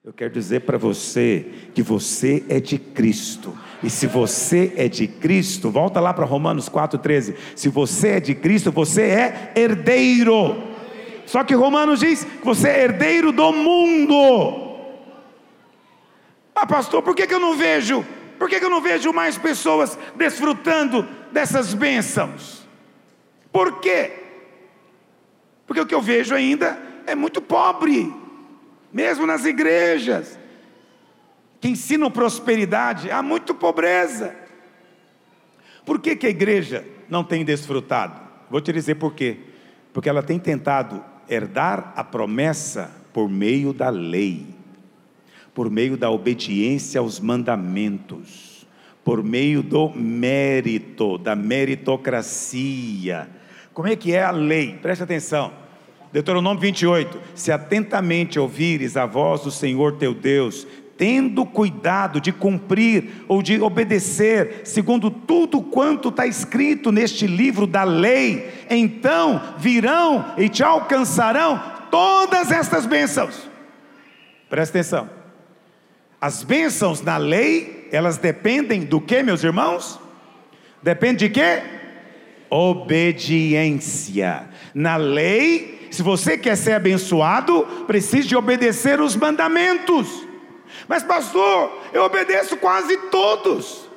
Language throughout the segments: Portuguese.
Eu quero dizer para você que você é de Cristo. E se você é de Cristo, volta lá para Romanos 4,13. Se você é de Cristo, você é herdeiro. Só que Romanos diz que você é herdeiro do mundo. Ah, pastor, por que eu não vejo? Por que eu não vejo mais pessoas desfrutando dessas bênçãos? Por quê? Porque o que eu vejo ainda é muito pobre. Mesmo nas igrejas que ensinam prosperidade, há muita pobreza. Por que a igreja não tem desfrutado? Vou te dizer por quê. Porque ela tem tentado herdar a promessa por meio da lei, por meio da obediência aos mandamentos, por meio do mérito, da meritocracia. Como é que é a lei? Preste atenção. Deuteronômio 28, se atentamente ouvires a voz do Senhor teu Deus, tendo cuidado de cumprir ou de obedecer, segundo tudo quanto está escrito neste livro da lei, então virão e te alcançarão todas estas bênçãos. Presta atenção, as bênçãos na lei, elas dependem do que, meus irmãos? Depende de quê? Obediência. Na lei, se você quer ser abençoado, precisa de obedecer os mandamentos. Mas pastor, eu obedeço quase todos.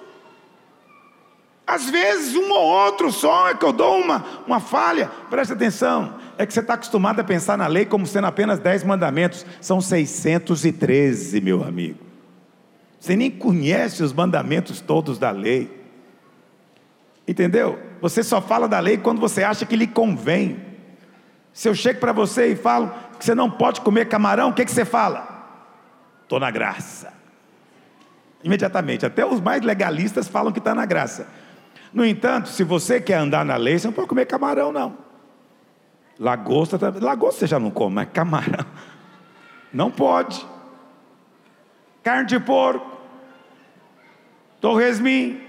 Às vezes um ou outro só é que eu dou uma falha. Presta atenção, é que você está acostumado a pensar na lei como sendo apenas 10 mandamentos. São 613, meu amigo. Você nem conhece os mandamentos todos da lei. Entendeu? Você só fala da lei quando você acha que lhe convém. Se eu chego para você e falo que você não pode comer camarão, o que você fala? Estou na graça. Imediatamente, até os mais legalistas falam que está na graça. No entanto, se você quer andar na lei, você não pode comer camarão não. Lagosta você já não come, mas camarão não pode. Carne de porco, torresmin,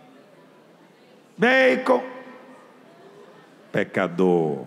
bacon. Pecador.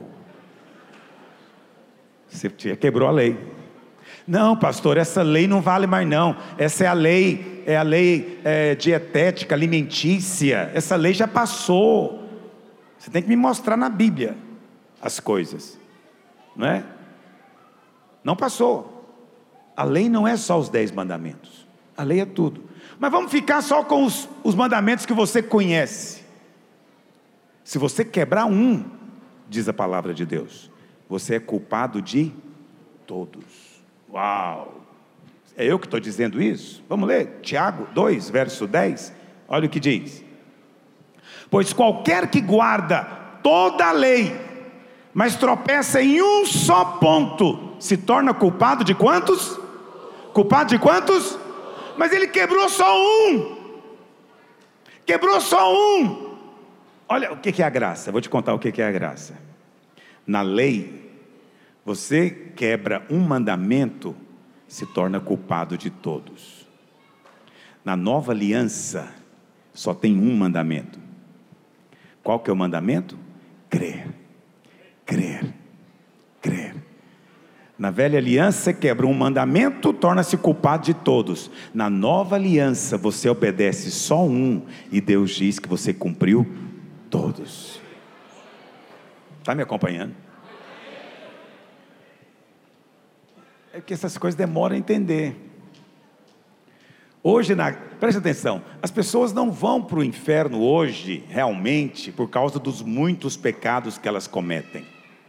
Você quebrou a lei. Não, pastor, essa lei não vale mais não. Essa é a lei dietética, alimentícia. Essa lei já passou. Você tem que me mostrar na Bíblia as coisas, não é? Não passou. A lei não é só os 10 mandamentos. A lei é tudo. Mas vamos ficar só com os mandamentos que você conhece. Se você quebrar um, diz a palavra de Deus, você é culpado de todos. Uau! É eu que estou dizendo isso? Vamos ler, Tiago 2, verso 10. Olha o que diz: pois qualquer que guarda toda a lei, mas tropeça em um só ponto, se torna culpado de quantos? Culpado de quantos? Mas ele quebrou só um. Quebrou só um. Olha o que é a graça. Vou te contar o que é a graça. Na lei, você quebra um mandamento, se torna culpado de todos. Na nova aliança, só tem um mandamento. Qual que é o mandamento? Crer, crer, crer. Na velha aliança, você quebra um mandamento, torna-se culpado de todos. Na nova aliança, você obedece só um, e Deus diz que você cumpriu todos. Está me acompanhando? É que essas coisas demoram a entender. Hoje, preste atenção, as pessoas não vão para o inferno hoje, realmente, por causa dos muitos pecados que elas cometem.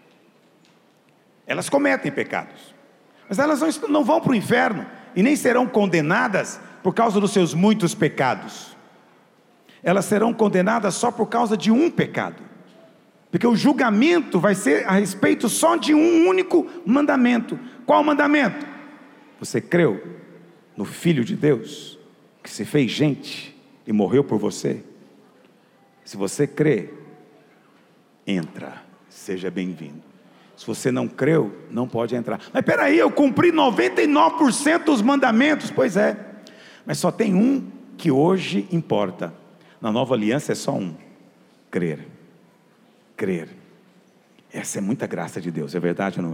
Elas cometem pecados, mas elas não vão para o inferno, e nem serão condenadas por causa dos seus muitos pecados. Elas serão condenadas só por causa de um pecado. Porque o julgamento vai ser a respeito só de um único mandamento. Qual mandamento? Você creu no Filho de Deus, que se fez gente e morreu por você? Se você crê, entra, seja bem-vindo. Se você não creu, não pode entrar. Mas peraí, eu cumpri 99% dos mandamentos. Pois é, mas só tem um que hoje importa. Na nova aliança é só um: crer. Crer. Essa é muita graça de Deus, é verdade ou não é?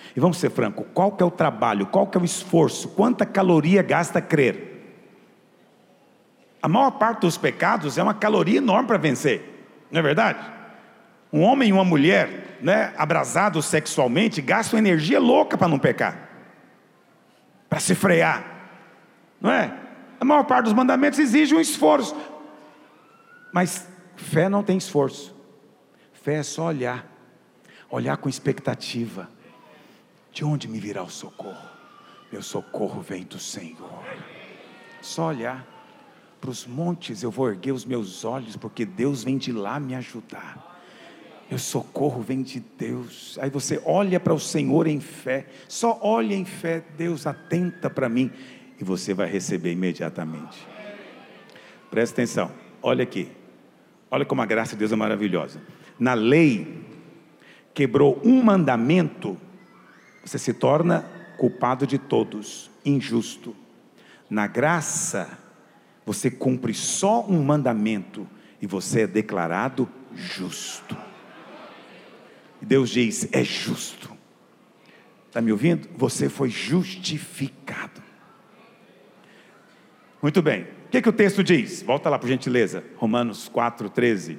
E vamos ser francos, qual que é o trabalho, qual que é o esforço, quanta caloria gasta crer? A maior parte dos pecados é uma caloria enorme para vencer, não é verdade? Um homem e uma mulher, né, abrasados sexualmente, gastam energia louca para não pecar, para se frear, não é? A maior parte dos mandamentos exige um esforço, mas fé não tem esforço. Fé é só olhar com expectativa. De onde me virá o socorro? Meu socorro vem do Senhor. Só olhar para os montes, eu vou erguer os meus olhos, porque Deus vem de lá me ajudar. Meu socorro vem de Deus. Aí você olha para o Senhor em fé, só olha em fé. Deus, atenta para mim, e você vai receber imediatamente. Presta atenção, olha aqui, olha como a graça de Deus é maravilhosa. Na lei, quebrou um mandamento, você se torna culpado de todos, injusto. Na graça, você cumpre só um mandamento, e você é declarado justo. Deus diz, é justo. Está me ouvindo? Você foi justificado. Muito bem, o que o texto diz? Volta lá por gentileza, Romanos 4:13.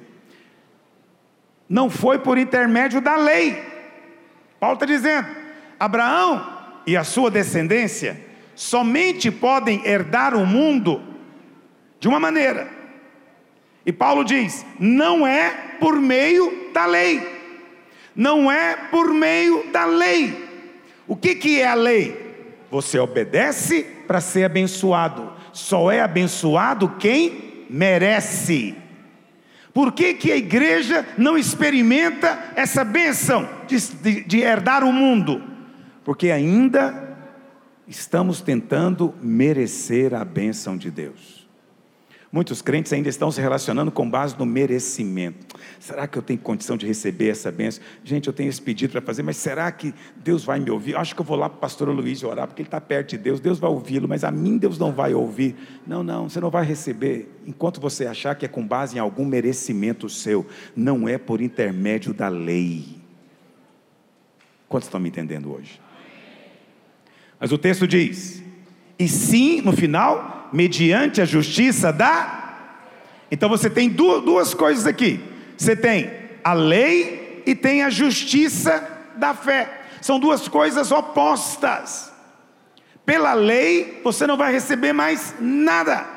Não foi por intermédio da lei. Paulo está dizendo, Abraão e a sua descendência somente podem herdar o mundo de uma maneira. E Paulo diz, não é por meio da lei. Não é por meio da lei. O que é a lei? Você obedece para ser abençoado. Só é abençoado quem merece. Por que a igreja não experimenta essa bênção de herdar o mundo? Porque ainda estamos tentando merecer a bênção de Deus. Muitos crentes ainda estão se relacionando com base no merecimento. Será que eu tenho condição de receber essa bênção? Gente, eu tenho esse pedido para fazer, mas será que Deus vai me ouvir? Acho que eu vou lá para o pastor Luiz orar, porque ele está perto de Deus. Deus vai ouvi-lo, mas a mim Deus não vai ouvir. Não, você não vai receber enquanto você achar que é com base em algum merecimento seu. Não é por intermédio da lei. Quantos estão me entendendo hoje? Mas o texto diz, e sim, no final, mediante a justiça da... Então você tem duas coisas aqui. Você tem a lei e tem a justiça da fé. São duas coisas opostas. Pela lei você não vai receber mais nada.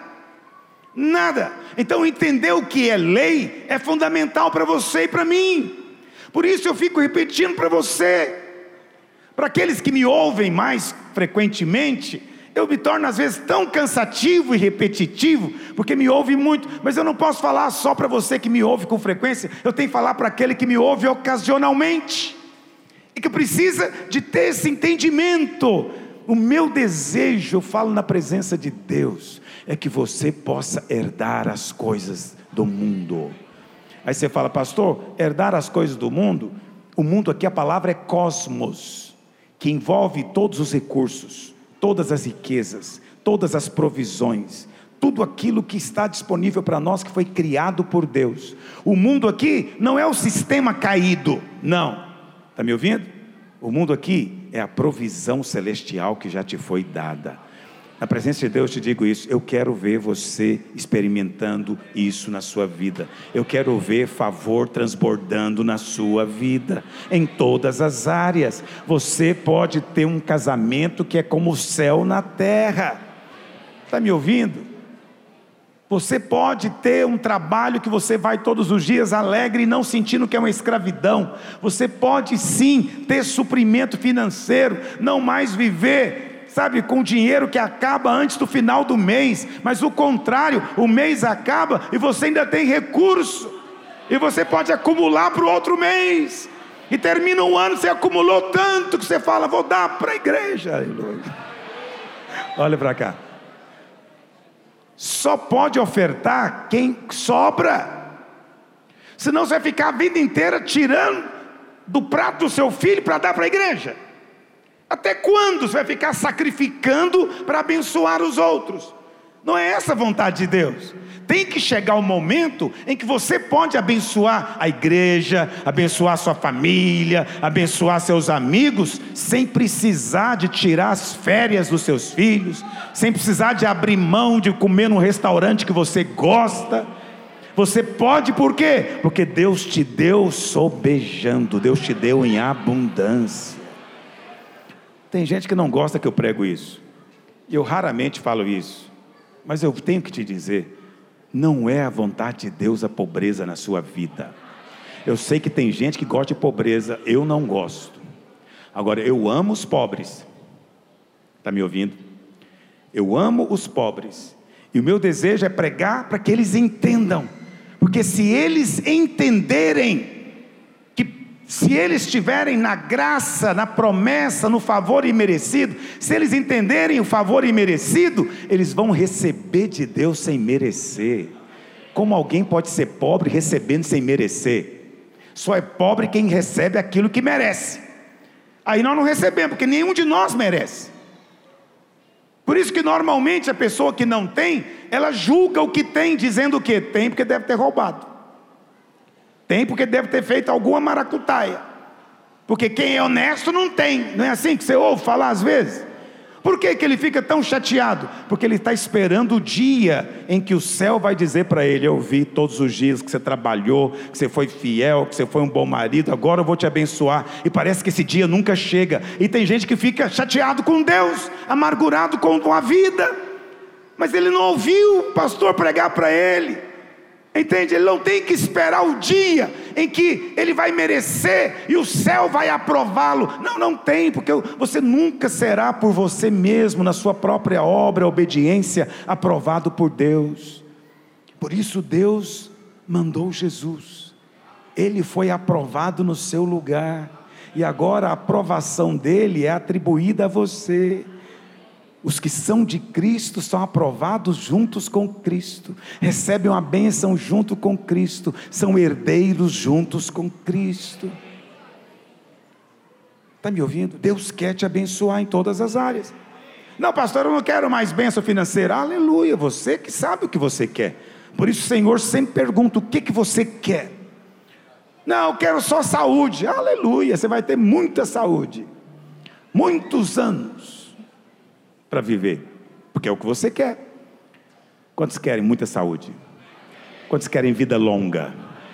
Nada. Então entender o que é lei é fundamental para você e para mim. Por isso eu fico repetindo para você. Para aqueles que me ouvem mais frequentemente, eu me torno às vezes tão cansativo e repetitivo, porque me ouve muito, mas eu não posso falar só para você que me ouve com frequência, eu tenho que falar para aquele que me ouve ocasionalmente, e que precisa de ter esse entendimento. O meu desejo, eu falo na presença de Deus, é que você possa herdar as coisas do mundo. Aí você fala, pastor, herdar as coisas do mundo? O mundo aqui, a palavra é cosmos, que envolve todos os recursos, todas as riquezas, todas as provisões, tudo aquilo que está disponível para nós, que foi criado por Deus. O mundo aqui não é o sistema caído, não, está me ouvindo? O mundo aqui é a provisão celestial que já te foi dada. Na presença de Deus te digo isso, eu quero ver você experimentando isso na sua vida. Eu quero ver favor transbordando na sua vida, em todas as áreas. Você pode ter um casamento que é como o céu na terra. Está me ouvindo? Você pode ter um trabalho que você vai todos os dias alegre e não sentindo que é uma escravidão. Você pode sim ter suprimento financeiro, não mais viver, sabe, com dinheiro que acaba antes do final do mês, mas o contrário, o mês acaba e você ainda tem recurso, e você pode acumular para o outro mês, e termina um ano, você acumulou tanto que você fala, vou dar para a igreja. Aleluia. Olha para cá, só pode ofertar quem sobra, senão você vai ficar a vida inteira tirando do prato do seu filho para dar para a igreja. Até quando você vai ficar sacrificando para abençoar os outros? Não é essa a vontade de Deus. Tem que chegar o momento em que você pode abençoar a igreja, abençoar sua família, abençoar seus amigos, sem precisar de tirar as férias dos seus filhos, sem precisar de abrir mão de comer num restaurante que você gosta. Você pode, por quê? Porque Deus te deu sobejando, Deus te deu em abundância. Tem gente que não gosta que eu prego isso, e eu raramente falo isso, mas eu tenho que te dizer, não é a vontade de Deus a pobreza na sua vida. Eu sei que tem gente que gosta de pobreza, eu não gosto. Agora, eu amo os pobres. Está me ouvindo? Eu amo os pobres, e o meu desejo é pregar para que eles entendam, porque se eles entenderem, se eles estiverem na graça, na promessa, no favor imerecido, se eles entenderem o favor imerecido, eles vão receber de Deus sem merecer. Como alguém pode ser pobre recebendo sem merecer? Só é pobre quem recebe aquilo que merece. Aí nós não recebemos, porque nenhum de nós merece. Por isso que normalmente a pessoa que não tem, ela julga o que tem, dizendo o que tem porque deve ter roubado. Tem porque deve ter feito alguma maracutaia. Porque quem é honesto não tem. Não é assim que você ouve falar às vezes? Por que ele fica tão chateado? Porque ele está esperando o dia em que o céu vai dizer para ele: eu vi todos os dias que você trabalhou, que você foi fiel, que você foi um bom marido, agora eu vou te abençoar. E parece que esse dia nunca chega. E tem gente que fica chateado com Deus, amargurado com a vida, mas ele não ouviu o pastor pregar para ele. Entende? Ele não tem que esperar o dia em que ele vai merecer e o céu vai aprová-lo. Não tem, porque você nunca será por você mesmo, na sua própria obra, obediência, aprovado por Deus. Por isso Deus mandou Jesus. Ele foi aprovado no seu lugar, e agora a aprovação dele é atribuída a você. Os que são de Cristo são aprovados juntos com Cristo, recebem uma bênção junto com Cristo, são herdeiros juntos com Cristo. Está me ouvindo? Deus quer te abençoar em todas as áreas. Não, pastor, eu não quero mais bênção financeira. Aleluia, você que sabe o que você quer. Por isso o Senhor sempre pergunta: o que você quer? Não, eu quero só saúde. Aleluia, você vai ter muita saúde, muitos anos para viver, porque é o que você quer. Quantos querem muita saúde? Quantos querem vida longa?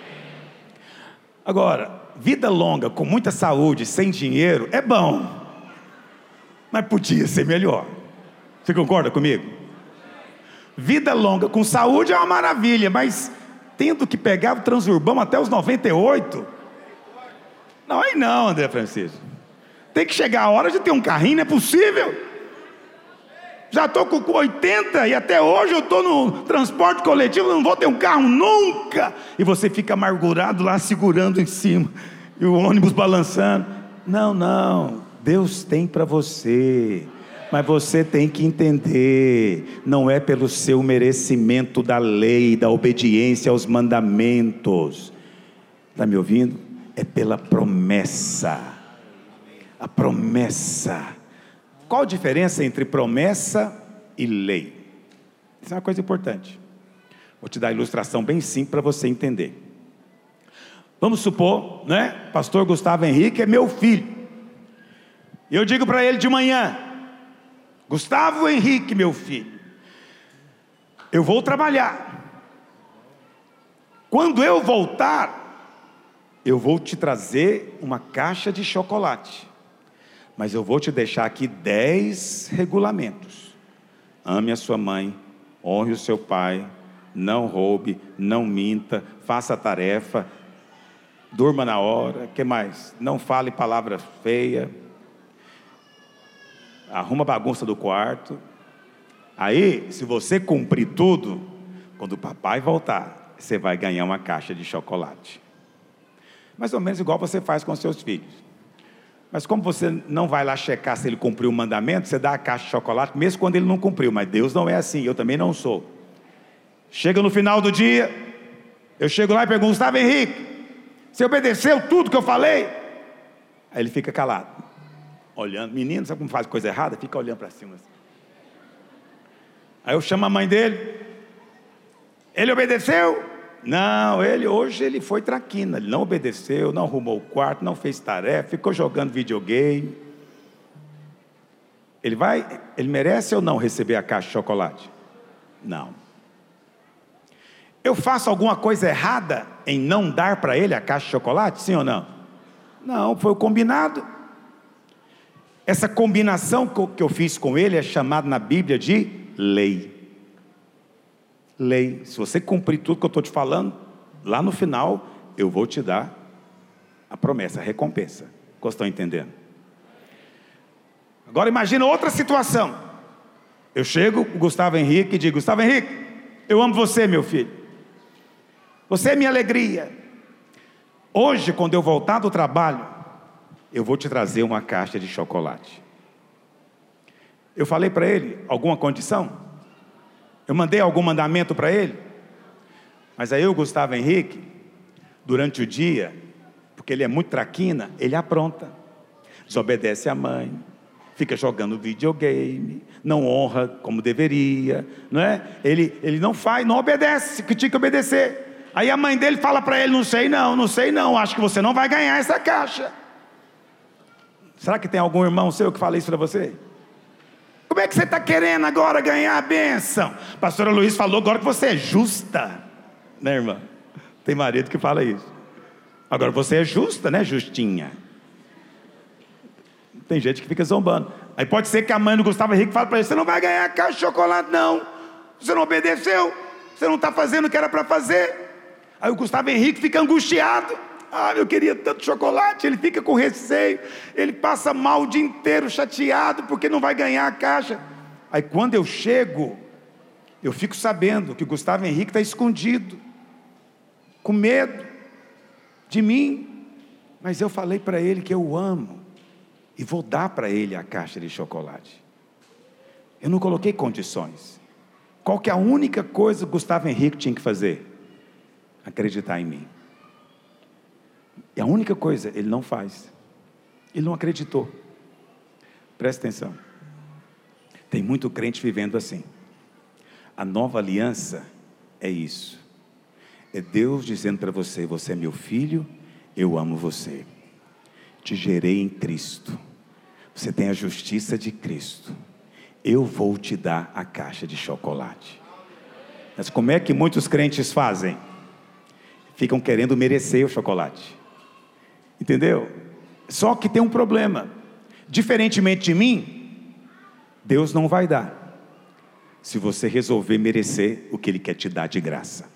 Agora, vida longa com muita saúde, sem dinheiro, é bom, mas podia ser melhor. Você concorda comigo? Vida longa com saúde é uma maravilha, mas tendo que pegar o Transurbano até os 98, não, aí não, André Francisco. Tem que chegar a hora de ter um carrinho, não é possível. Já estou com 80 e até hoje eu estou no transporte coletivo, não vou ter um carro nunca. E você fica amargurado lá segurando em cima, e o ônibus balançando. Não, Deus tem para você, mas você tem que entender, não é pelo seu merecimento da lei, da obediência aos mandamentos. Está me ouvindo? É pela promessa. A promessa. Qual a diferença entre promessa e lei? Isso é uma coisa importante. Vou te dar a ilustração bem simples para você entender. Vamos supor, né? Pastor Gustavo Henrique é meu filho. E eu digo para ele de manhã: Gustavo Henrique, meu filho, eu vou trabalhar. Quando eu voltar, eu vou te trazer uma caixa de chocolate. Mas eu vou te deixar aqui 10 regulamentos. Ame a sua mãe, honre o seu pai, não roube, não minta, faça a tarefa, durma na hora, que mais? Não fale palavra feia, arruma a bagunça do quarto. Aí, se você cumprir tudo, quando o papai voltar, você vai ganhar uma caixa de chocolate. Mais ou menos igual você faz com seus filhos. Mas como você não vai lá checar se ele cumpriu o mandamento, você dá a caixa de chocolate, mesmo quando ele não cumpriu. Mas Deus não é assim, eu também não sou. Chega no final do dia, eu chego lá e pergunto: Gustavo Henrique, você obedeceu tudo que eu falei? Aí ele fica calado, olhando. Menino, sabe como faz coisa errada? Fica olhando para cima assim. Aí eu chamo a mãe dele. Ele obedeceu? Não, hoje ele foi traquina. Ele não obedeceu, não arrumou o quarto, não fez tarefa, ficou jogando videogame. Ele merece ou não receber a caixa de chocolate? Não. Eu faço alguma coisa errada em não dar para ele a caixa de chocolate? Sim ou não? Não, foi o combinado. Essa combinação que eu fiz com ele é chamada na Bíblia de lei. Lei. Se você cumprir tudo que eu estou te falando, lá no final eu vou te dar a promessa, a recompensa. Vocês estão entendendo? Agora imagina outra situação. Eu chego, o Gustavo Henrique, e digo: Gustavo Henrique, eu amo você, meu filho. Você é minha alegria. Hoje, quando eu voltar do trabalho, eu vou te trazer uma caixa de chocolate. Eu falei para ele alguma condição? Eu mandei algum mandamento para ele? Mas aí o Gustavo Henrique, durante o dia, porque ele é muito traquina, ele apronta, desobedece a mãe, fica jogando videogame, não honra como deveria, não é? Ele não faz, não obedece, que tinha que obedecer. Aí a mãe dele fala para ele: não sei não, acho que você não vai ganhar essa caixa. Será que tem algum irmão seu que fala isso para você? Como é que você está querendo agora ganhar a bênção? A pastora Luiz falou agora que você é justa, né, irmã? Tem marido que fala isso. Agora você é justa, né, justinha? Tem gente que fica zombando. Aí pode ser que a mãe do Gustavo Henrique fale para ele: você não vai ganhar a caixa de chocolate não, você não obedeceu, você não está fazendo o que era para fazer. Aí o Gustavo Henrique fica angustiado. Eu queria tanto chocolate. Ele fica com receio, ele passa mal o dia inteiro chateado porque não vai ganhar a caixa. Aí quando eu chego, eu fico sabendo que o Gustavo Henrique está escondido, com medo de mim. Mas eu falei para ele que eu o amo e vou dar para ele a caixa de chocolate. Eu não coloquei condições. Qual que é a única coisa que o Gustavo Henrique tinha que fazer? Acreditar em mim. E a única coisa ele não faz. Ele não acreditou. Presta atenção. Tem muito crente vivendo assim. A nova aliança é isso. É Deus dizendo para você: você é meu filho, eu amo você. Te gerei em Cristo. Você tem a justiça de Cristo. Eu vou te dar a caixa de chocolate. Mas como é que muitos crentes fazem? Ficam querendo merecer o chocolate. Entendeu? Só que tem um problema. Diferentemente de mim, Deus não vai dar, se você resolver merecer o que Ele quer te dar de graça.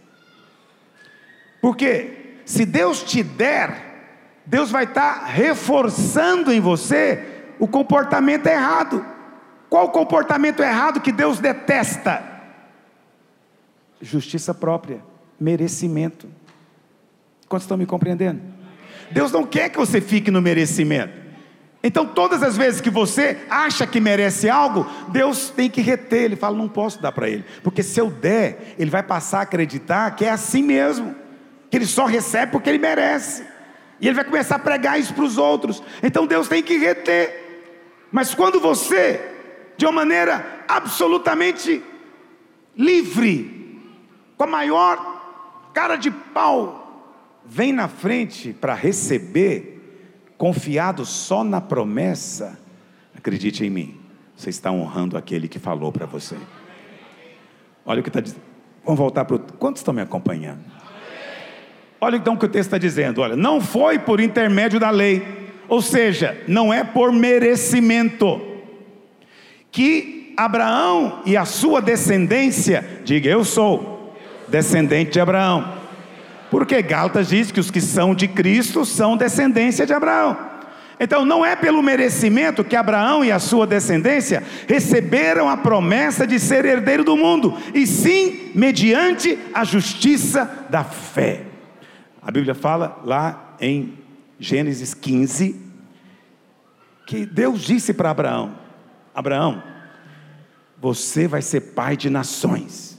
Porque se Deus te der, Deus vai estar reforçando em você o comportamento errado. Qual o comportamento errado que Deus detesta? Justiça própria, merecimento. Quantos estão me compreendendo? Deus não quer que você fique no merecimento. Então todas as vezes que você acha que merece algo, Deus tem que reter. Ele fala: não posso dar para ele, porque se eu der, ele vai passar a acreditar que é assim mesmo, que ele só recebe porque ele merece, e ele vai começar a pregar isso para os outros. Então Deus tem que reter. Mas quando você, de uma maneira absolutamente livre, com a maior cara de pau, vem na frente para receber, confiado só na promessa, acredite em mim, você está honrando aquele que falou para você. Olha o que está dizendo. Vamos voltar para o... Quantos estão me acompanhando? Olha então o que o texto está dizendo. Olha, não foi por intermédio da lei, ou seja, não é por merecimento, que Abraão e a sua descendência, diga: eu sou descendente de Abraão. Porque Gálatas diz que os que são de Cristo são descendência de Abraão. Então não é pelo merecimento que Abraão e a sua descendência receberam a promessa de ser herdeiro do mundo, e sim mediante a justiça da fé. A Bíblia fala lá em Gênesis 15, que Deus disse para Abraão: Abraão, você vai ser pai de nações.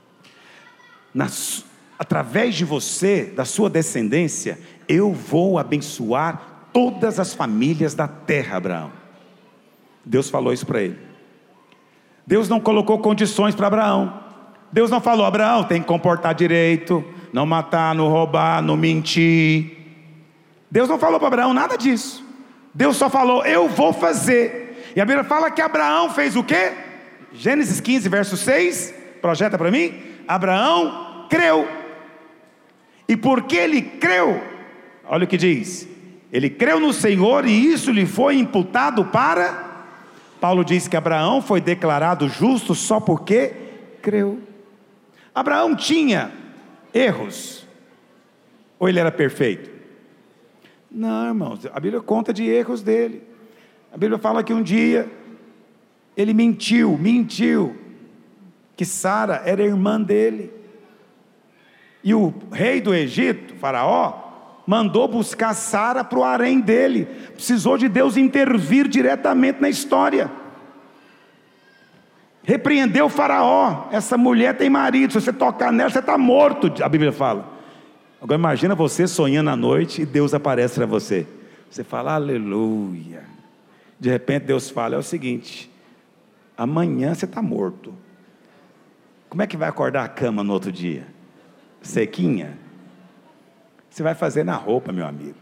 Através de você, da sua descendência, eu vou abençoar todas as famílias da terra, Abraão. Deus falou isso para ele. Deus não colocou condições para Abraão. Deus não falou: Abraão, tem que comportar direito, não matar, não roubar, não mentir. Deus não falou para Abraão nada disso. Deus só falou: eu vou fazer. E a Bíblia fala que Abraão fez o quê? Gênesis 15, verso 6, projeta para mim. Abraão creu. E porque ele creu, olha o que diz: ele creu no Senhor e isso lhe foi imputado para... Paulo diz que Abraão foi declarado justo só porque creu. Abraão tinha erros? Ou ele era perfeito? Não, irmãos, a Bíblia conta de erros dele. A Bíblia fala que um dia ele mentiu, que Sara era irmã dele. E o rei do Egito, Faraó, mandou buscar Sara para o harém dele. Precisou de Deus intervir diretamente na história. Repreendeu o Faraó: essa mulher tem marido, se você tocar nela você está morto, a Bíblia fala. Agora imagina você sonhando à noite e Deus aparece para você. Você fala: aleluia. De repente Deus fala: é o seguinte, amanhã você está morto. Como é que vai acordar a cama no outro dia? Sequinha? Você vai fazer na roupa, meu amigo.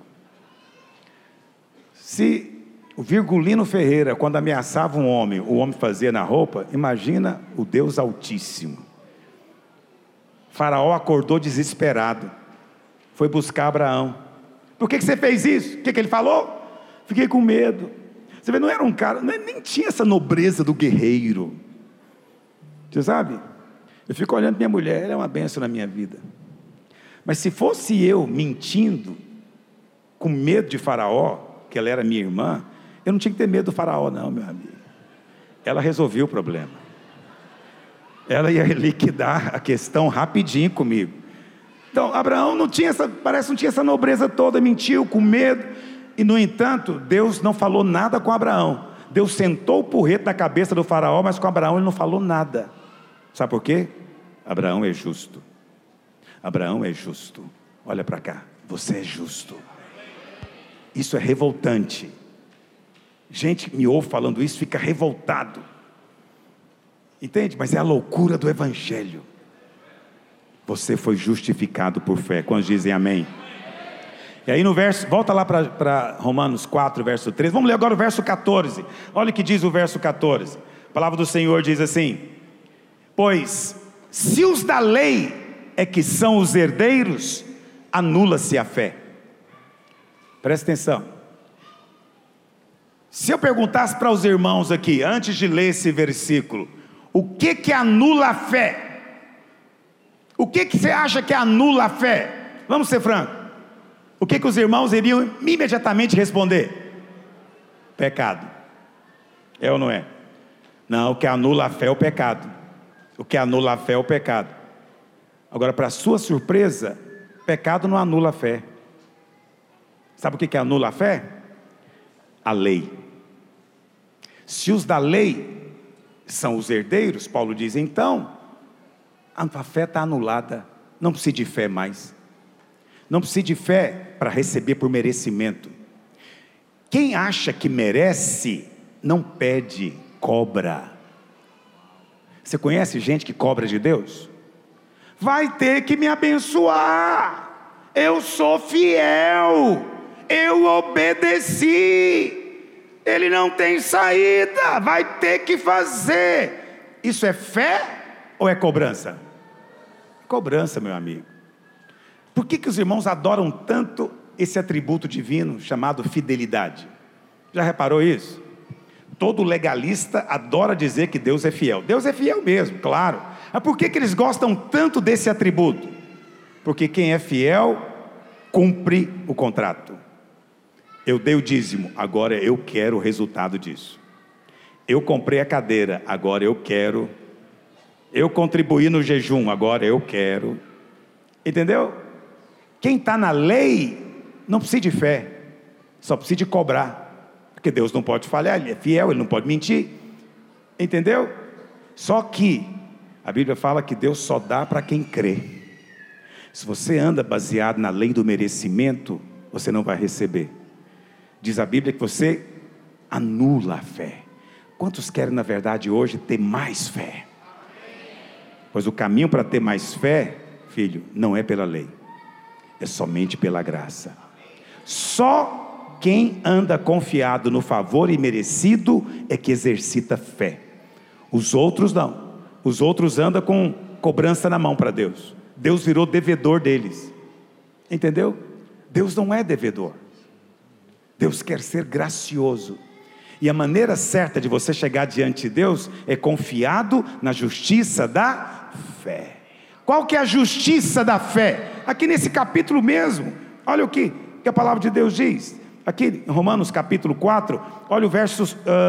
Se o Virgulino Ferreira, quando ameaçava um homem, o homem fazia na roupa, imagina o Deus Altíssimo. Faraó acordou desesperado, foi buscar Abraão. Por que você fez isso? O que ele falou? Fiquei com medo. Você vê, não era um cara, nem tinha essa nobreza do guerreiro. Você sabe? Eu fico olhando minha mulher, ela é uma bênção na minha vida. Mas se fosse eu mentindo, com medo de Faraó, que ela era minha irmã, eu não tinha que ter medo do Faraó não, meu amigo. Ela resolveu o problema. Ela ia liquidar a questão rapidinho comigo. Então, Abraão não tinha essa nobreza toda, mentiu com medo. E no entanto, Deus não falou nada com Abraão. Deus sentou o porrete na cabeça do Faraó, mas com Abraão ele não falou nada. Sabe por quê? Abraão é justo. Abraão é justo. Olha para cá, você é justo. Isso é revoltante. Gente me ouve falando isso, fica revoltado. Entende? Mas é a loucura do Evangelho. Você foi justificado por fé. Quantos dizem amém? E aí no verso, volta lá para Romanos 4, verso 13. Vamos ler agora o verso 14. Olha o que diz o verso 14. A palavra do Senhor diz assim: pois se os da lei é que são os herdeiros, anula-se a fé. Presta atenção. Se eu perguntasse para os irmãos aqui, antes de ler esse versículo, o que anula a fé? O que você acha que anula a fé? Vamos ser francos. O que os irmãos iriam imediatamente responder? Pecado. É ou não é? Não, o que anula a fé é o pecado. O que anula a fé é o pecado. Agora, para sua surpresa, pecado não anula a fé. Sabe o que anula a fé? A lei. Se os da lei são os herdeiros, Paulo diz, então a fé está anulada. Não precisa de fé mais. Não precisa de fé para receber por merecimento. Quem acha que merece, não pede, cobra. Você conhece gente que cobra de Deus? Vai ter que me abençoar. Eu sou fiel. Eu obedeci. Ele não tem saída. Vai ter que fazer. Isso é fé ou é cobrança? Cobrança, meu amigo. Por que os irmãos adoram tanto esse atributo divino chamado fidelidade? Já reparou isso? Todo legalista adora dizer que Deus é fiel. Deus é fiel mesmo, claro. Mas por que eles gostam tanto desse atributo? Porque quem é fiel, cumpre o contrato. Eu dei o dízimo, agora eu quero o resultado disso. Eu comprei a cadeira, agora eu quero. Eu contribuí no jejum, agora eu quero. Entendeu? Quem está na lei, não precisa de fé, só precisa de cobrar. Porque Deus não pode falhar, Ele é fiel, Ele não pode mentir. Entendeu? Só que a Bíblia fala que Deus só dá para quem crê. Se você anda baseado na lei do merecimento, você não vai receber. Diz a Bíblia que você anula a fé. Quantos querem na verdade hoje ter mais fé? Pois o caminho para ter mais fé, filho, não é pela lei, é somente pela graça. Só quem anda confiado no favor imerecido é que exercita fé. Os outros não. Os outros andam com cobrança na mão para Deus. Deus virou devedor deles. Entendeu? Deus não é devedor. Deus quer ser gracioso. E a maneira certa de você chegar diante de Deus é confiado na justiça da fé. Qual que é a justiça da fé? Aqui nesse capítulo mesmo, olha o que a palavra de Deus diz. Aqui em Romanos capítulo 4, olha o verso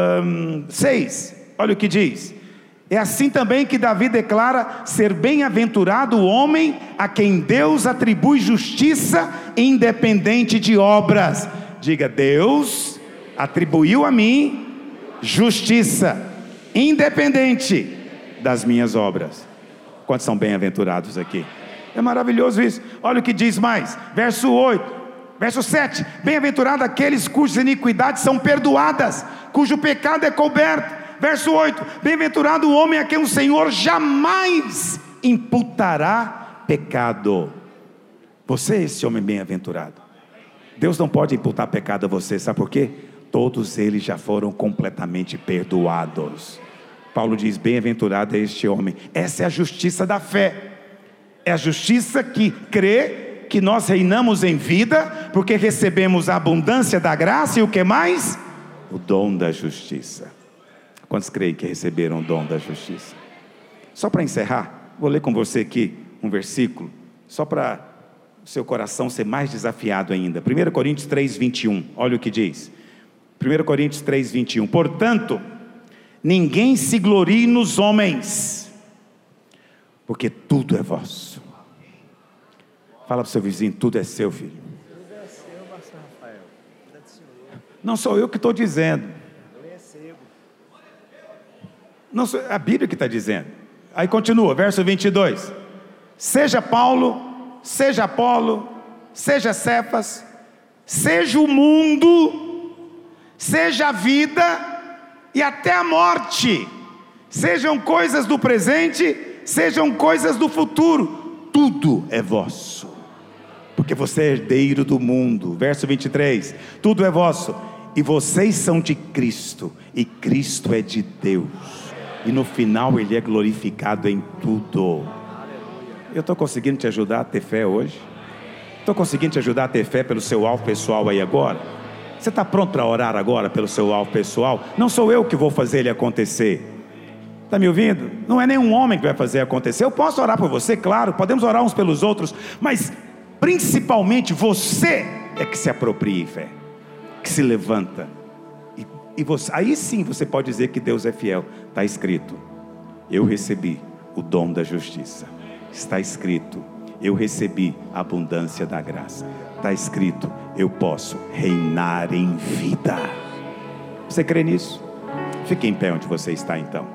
6, olha o que diz. É assim também que Davi declara ser bem-aventurado o homem a quem Deus atribui justiça independente de obras. Diga, Deus atribuiu a mim justiça independente das minhas obras. Quantos são bem-aventurados aqui? É maravilhoso isso. Olha o que diz mais, verso 8, verso 7, bem-aventurado aqueles cujas iniquidades são perdoadas, cujo pecado é coberto. Verso 8, bem-aventurado o homem a quem o Senhor jamais imputará pecado. Você é esse homem bem-aventurado. Deus não pode imputar pecado a você, sabe por quê? Todos eles já foram completamente perdoados. Paulo diz, bem-aventurado é este homem. Essa é a justiça da fé. É a justiça que crê que nós reinamos em vida, porque recebemos a abundância da graça e o que mais? O dom da justiça. Quantos creem que receberam o dom da justiça? Só para encerrar, vou ler com você aqui um versículo, só para o seu coração ser mais desafiado ainda. 1 Coríntios 3, 21, olha o que diz. 1 Coríntios 3, 21. Portanto, ninguém se glorie nos homens, porque tudo é vosso. Fala para o seu vizinho, tudo é seu, filho. Tudo é seu, pastor Rafael. Tudo é do Senhor. Não sou eu que estou dizendo. Ele é cego. Não, a Bíblia que está dizendo. Aí continua, verso 22. Seja Paulo, seja Apolo, seja Cefas, seja o mundo, seja a vida e até a morte, sejam coisas do presente, sejam coisas do futuro, tudo é vosso, porque você é herdeiro do mundo. Verso 23, tudo é vosso, e vocês são de Cristo, e Cristo é de Deus, e no final Ele é glorificado em tudo. Eu estou conseguindo te ajudar a ter fé hoje? Estou conseguindo te ajudar a ter fé pelo seu alvo pessoal aí agora? Você está pronto para orar agora pelo seu alvo pessoal? Não sou eu que vou fazer ele acontecer. Está me ouvindo? Não é nenhum homem que vai fazer acontecer. Eu posso orar por você, claro, podemos orar uns pelos outros, mas principalmente você é que se apropria em fé, que se levanta, e você, aí sim você pode dizer que Deus é fiel. Está escrito, eu recebi o dom da justiça. Está escrito, eu recebi a abundância da graça. Está escrito, eu posso reinar em vida. Você crê nisso? Fique em pé onde você está então.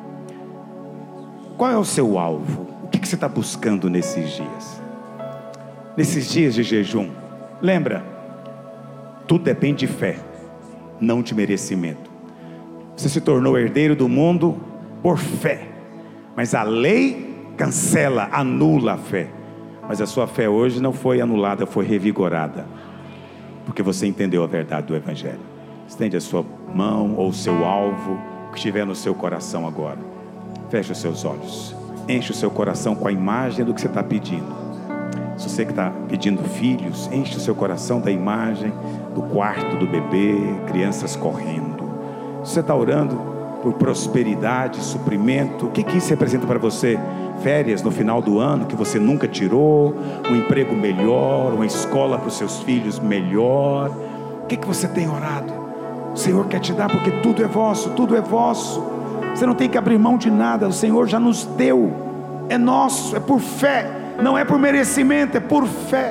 Qual é o seu alvo? O que você está buscando nesses dias? Nesses dias de jejum, lembra, tudo depende de fé, não de merecimento. Você se tornou herdeiro do mundo por fé, mas a lei cancela, anula a fé. Mas a sua fé hoje não foi anulada, foi revigorada, porque você entendeu a verdade do Evangelho. Estende a sua mão ou o seu alvo, o que estiver no seu coração agora. Feche os seus olhos, enche o seu coração com a imagem do que você está pedindo. Se você que está pedindo filhos, enche o seu coração da imagem do quarto do bebê, crianças correndo. Se você está orando por prosperidade, suprimento, o que isso representa para você? Férias no final do ano que você nunca tirou, um emprego melhor, uma escola para os seus filhos melhor. O que você tem orado? O Senhor quer te dar, porque tudo é vosso, tudo é vosso. Você não tem que abrir mão de nada, o Senhor já nos deu, é nosso, é por fé, não é por merecimento, é por fé.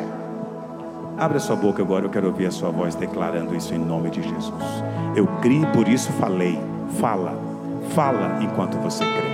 Abra sua boca agora, eu quero ouvir a sua voz declarando isso em nome de Jesus. Eu criei, por isso falei. Fala enquanto você crê.